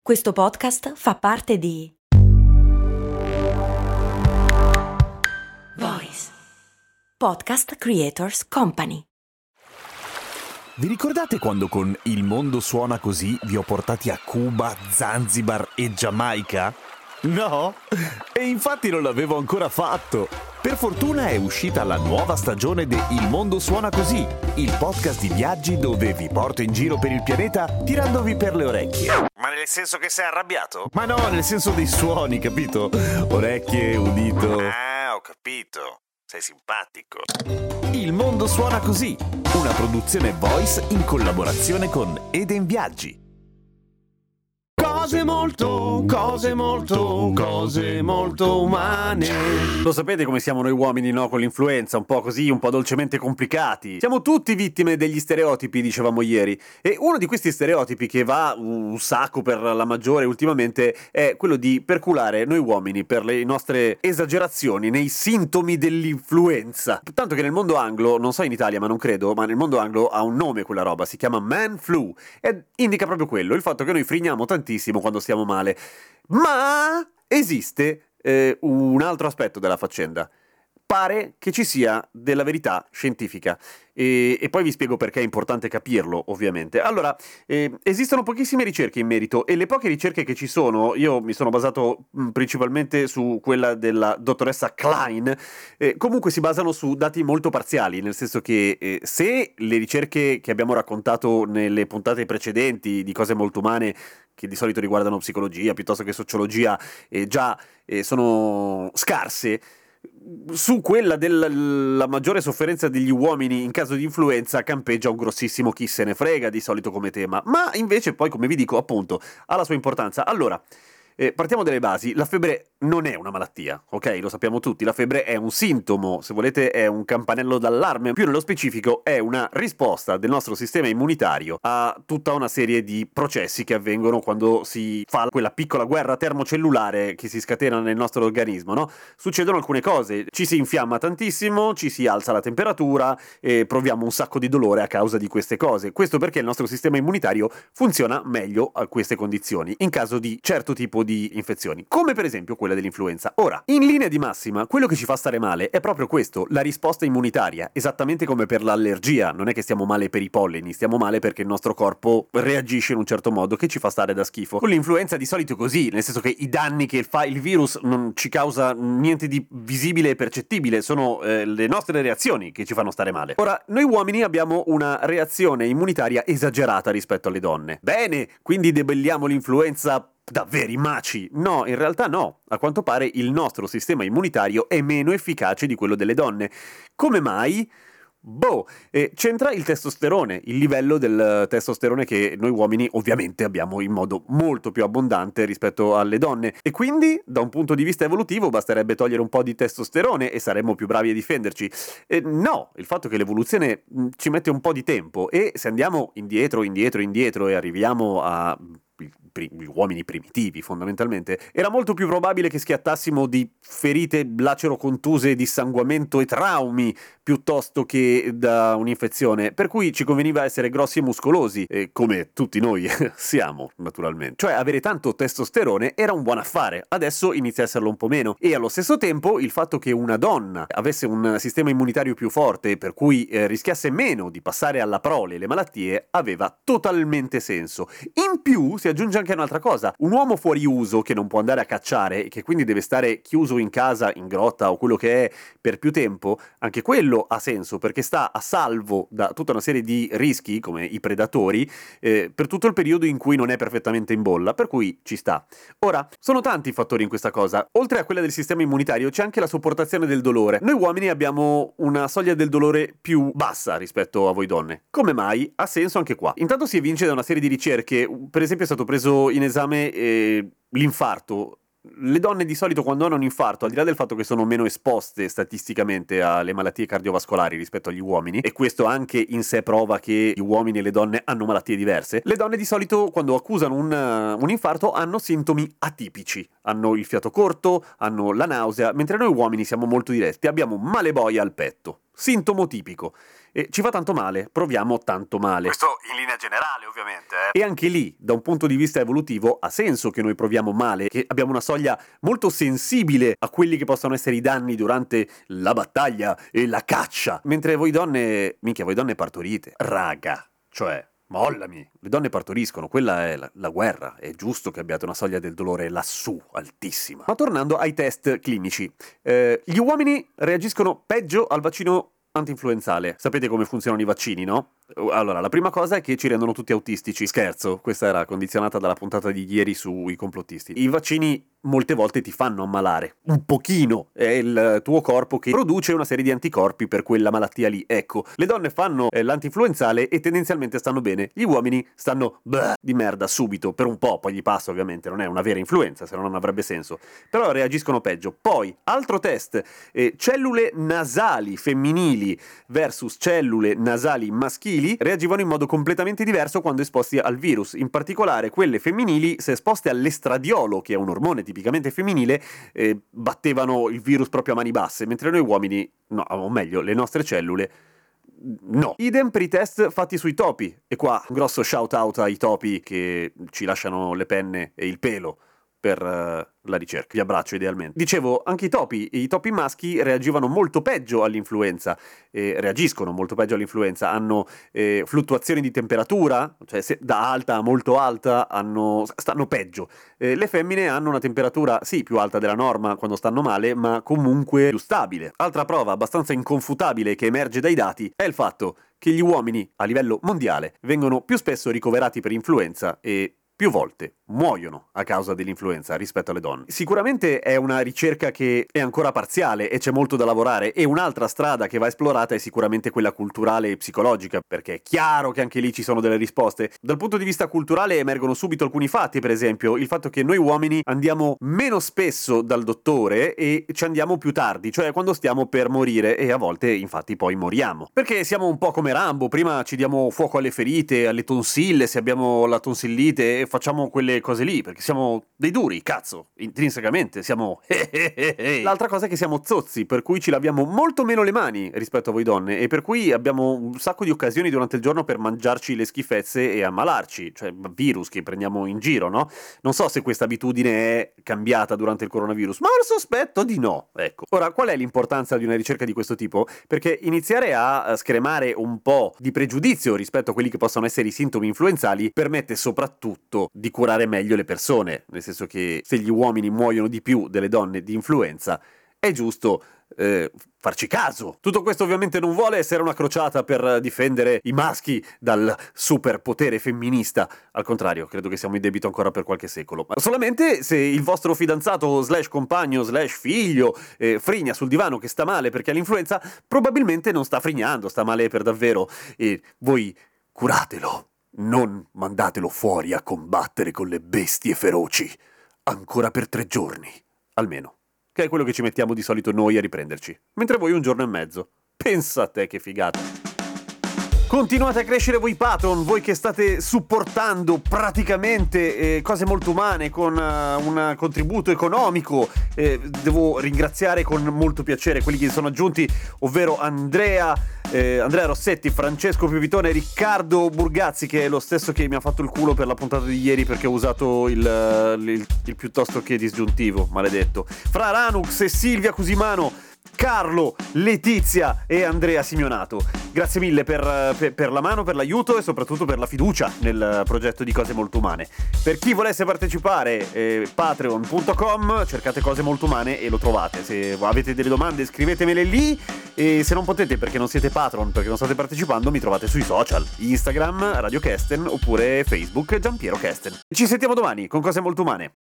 Questo podcast fa parte di Voice Podcast Creators Company. Vi ricordate quando con Il mondo suona così vi ho portati a Cuba, Zanzibar e Giamaica? No? E infatti non l'avevo ancora fatto. Per fortuna è uscita la nuova stagione di Il mondo suona così, il podcast di viaggi dove vi porto in giro per il pianeta tirandovi per le orecchie. Ma nel senso che sei arrabbiato? Ma no, nel senso dei suoni, capito? Orecchie, udito. Ah, ho capito. Sei simpatico. Il mondo suona così, una produzione Voice in collaborazione con Eden Viaggi. Cose molto umane. Lo sapete come siamo noi uomini, no? Con l'influenza, un po' così, un po' dolcemente complicati. Siamo tutti vittime degli stereotipi, dicevamo ieri. E uno di questi stereotipi che va un sacco per la maggiore ultimamente è quello di perculare noi uomini per le nostre esagerazioni nei sintomi dell'influenza. Tanto che nel mondo anglo, non so in Italia ma non credo, ma nel mondo anglo ha un nome quella roba, si chiama man flu e indica proprio quello, il fatto che noi frigniamo tantissimo quando stiamo male. Ma esiste un altro aspetto della faccenda. Pare che ci sia della verità scientifica e poi vi spiego perché è importante capirlo, ovviamente. Allora, esistono pochissime ricerche in merito e le poche ricerche che ci sono, io mi sono basato principalmente su quella della dottoressa Klein, comunque si basano su dati molto parziali, nel senso che se le ricerche che abbiamo raccontato nelle puntate precedenti di cose molto umane, che di solito riguardano psicologia piuttosto che sociologia, già sono scarse, su quella della maggiore sofferenza degli uomini in caso di influenza campeggia un grossissimo chi se ne frega di solito come tema, ma invece poi, come vi dico, appunto, ha la sua importanza. Allora, partiamo dalle basi. La febbre non è una malattia, ok? Lo sappiamo tutti, la febbre è un sintomo, se volete è un campanello d'allarme, più nello specifico è una risposta del nostro sistema immunitario a tutta una serie di processi che avvengono quando si fa quella piccola guerra termocellulare che si scatena nel nostro organismo, no? Succedono alcune cose, ci si infiamma tantissimo, ci si alza la temperatura e proviamo un sacco di dolore a causa di queste cose. Questo perché il nostro sistema immunitario funziona meglio a queste condizioni, in caso di certo tipo di infezioni, come per esempio quella dell'influenza. Ora, in linea di massima, quello che ci fa stare male è proprio questo, la risposta immunitaria, esattamente come per l'allergia. Non è che stiamo male per i polleni, stiamo male perché il nostro corpo reagisce in un certo modo che ci fa stare da schifo. Con l'influenza di solito è così, nel senso che i danni che fa il virus non ci causa niente di visibile e percettibile, sono le nostre reazioni che ci fanno stare male. Ora, noi uomini abbiamo una reazione immunitaria esagerata rispetto alle donne. Bene, quindi debelliamo l'influenza da veri maci? No, in realtà no. A quanto pare il nostro sistema immunitario è meno efficace di quello delle donne. Come mai? C'entra il testosterone, il livello del testosterone che noi uomini ovviamente abbiamo in modo molto più abbondante rispetto alle donne e quindi da un punto di vista evolutivo basterebbe togliere un po' di testosterone e saremmo più bravi a difenderci. No, il fatto che l'evoluzione ci mette un po' di tempo e se andiamo indietro e arriviamo a gli uomini primitivi fondamentalmente, era molto più probabile che schiattassimo di ferite lacero-contuse, dissanguamento e traumi piuttosto che da un'infezione, per cui ci conveniva essere grossi e muscolosi, come tutti noi siamo naturalmente. Cioè avere tanto testosterone era un buon affare, adesso inizia a esserlo un po' meno e allo stesso tempo il fatto che una donna avesse un sistema immunitario più forte per cui rischiasse meno di passare alla prole le malattie aveva totalmente senso. In più si aggiunge anche un'altra cosa, un uomo fuori uso che non può andare a cacciare e che quindi deve stare chiuso in casa, in grotta o quello che è per più tempo, anche quello ha senso perché sta a salvo da tutta una serie di rischi come i predatori per tutto il periodo in cui non è perfettamente in bolla, per cui ci sta. Ora, sono tanti i fattori in questa cosa, oltre a quella del sistema immunitario c'è anche la sopportazione del dolore. Noi uomini abbiamo una soglia del dolore più bassa rispetto a voi donne. Come mai? Ha senso anche qua. Intanto si evince da una serie di ricerche, per esempio è stato preso in esame l'infarto. Le donne di solito quando hanno un infarto, al di là del fatto che sono meno esposte statisticamente alle malattie cardiovascolari rispetto agli uomini, e questo anche in sé prova che gli uomini e le donne hanno malattie diverse, le donne di solito quando accusano un infarto hanno sintomi atipici. hanno il fiato corto, hanno la nausea, mentre noi uomini siamo molto diretti, abbiamo male boia al petto. Sintomo tipico. E ci fa tanto male, proviamo tanto male. Questo in linea generale, ovviamente. E anche lì, da un punto di vista evolutivo, ha senso che noi proviamo male, che abbiamo una soglia molto sensibile a quelli che possono essere i danni durante la battaglia e la caccia. Mentre voi donne, minchia, voi donne partorite. Raga, cioè, mollami. Le donne partoriscono, quella è la guerra. È giusto che abbiate una soglia del dolore lassù, altissima. Ma tornando ai test clinici, gli uomini reagiscono peggio al vaccino antinfluenzale. Sapete come funzionano i vaccini, no? Allora, la prima cosa è che ci rendono tutti autistici. Scherzo, questa era condizionata dalla puntata di ieri sui complottisti. I vaccini molte volte ti fanno ammalare. Un pochino. È il tuo corpo che produce una serie di anticorpi per quella malattia lì. Ecco, le donne fanno l'antinfluenzale e tendenzialmente stanno bene. Gli uomini stanno di merda subito, per un po', poi gli passa ovviamente, non è una vera influenza, se no non avrebbe senso. Però reagiscono peggio. Poi, altro test, cellule nasali femminili versus cellule nasali maschili reagivano in modo completamente diverso quando esposti al virus. In particolare quelle femminili, se esposte all'estradiolo, che è un ormone tipicamente femminile, battevano il virus proprio a mani basse, mentre noi uomini, no, o meglio, le nostre cellule, no. Idem per i test fatti sui topi. E qua un grosso shout out ai topi che ci lasciano le penne e il pelo per la ricerca. Vi abbraccio idealmente. Dicevo, anche i topi maschi reagivano molto peggio all'influenza, reagiscono molto peggio all'influenza, hanno fluttuazioni di temperatura, cioè se da alta a molto alta stanno peggio. Le femmine hanno una temperatura, sì, più alta della norma quando stanno male, ma comunque più stabile. Altra prova abbastanza inconfutabile che emerge dai dati è il fatto che gli uomini a livello mondiale vengono più spesso ricoverati per influenza e più volte muoiono a causa dell'influenza rispetto alle donne. Sicuramente è una ricerca che è ancora parziale e c'è molto da lavorare, e un'altra strada che va esplorata è sicuramente quella culturale e psicologica, perché è chiaro che anche lì ci sono delle risposte. Dal punto di vista culturale emergono subito alcuni fatti, per esempio il fatto che noi uomini andiamo meno spesso dal dottore e ci andiamo più tardi, cioè quando stiamo per morire, e a volte infatti poi moriamo. Perché siamo un po' come Rambo, prima ci diamo fuoco alle ferite, alle tonsille se abbiamo la tonsillite, e facciamo quelle cose lì, perché siamo dei duri, cazzo, intrinsecamente, siamo L'altra cosa è che siamo zozzi, per cui ci laviamo molto meno le mani rispetto a voi donne, e per cui abbiamo un sacco di occasioni durante il giorno per mangiarci le schifezze e ammalarci, cioè virus che prendiamo in giro, no? Non so se questa abitudine è cambiata durante il coronavirus, ma ho il sospetto di no, ecco. Ora, qual è l'importanza di una ricerca di questo tipo? Perché iniziare a scremare un po' di pregiudizio rispetto a quelli che possono essere i sintomi influenzali permette soprattutto di curare meglio le persone, nel senso che se gli uomini muoiono di più delle donne di influenza è giusto farci caso. Tutto questo ovviamente non vuole essere una crociata per difendere i maschi dal superpotere femminista, al contrario, credo che siamo in debito ancora per qualche secolo, ma solamente se il vostro fidanzato / compagno / figlio frigna sul divano che sta male perché ha l'influenza, probabilmente non sta frignando, sta male per davvero, e voi curatelo. Non mandatelo fuori a combattere con le bestie feroci, ancora per 3 giorni, almeno, che è quello che ci mettiamo di solito noi a riprenderci, mentre voi 1 giorno e mezzo. Pensa a te che figata. Continuate a crescere voi Patreon, voi che state supportando praticamente Cose Molto Umane con un contributo economico. Devo ringraziare con molto piacere quelli che si sono aggiunti, ovvero Andrea Rossetti, Francesco Pivitone, Riccardo Burgazzi, che è lo stesso che mi ha fatto il culo per la puntata di ieri perché ho usato il piuttosto che disgiuntivo, maledetto, Fra Ranux e Silvia Cusimano, Carlo, Letizia e Andrea Simionato. Grazie mille per la mano, per l'aiuto e soprattutto per la fiducia nel progetto di Cose Molto Umane. Per chi volesse partecipare, patreon.com, cercate Cose Molto Umane e lo trovate. Se avete delle domande scrivetemele lì, e se non potete perché non siete patron, perché non state partecipando, mi trovate sui social, Instagram Radio Kesten oppure Facebook Giampiero Kesten. Ci sentiamo domani con Cose Molto Umane.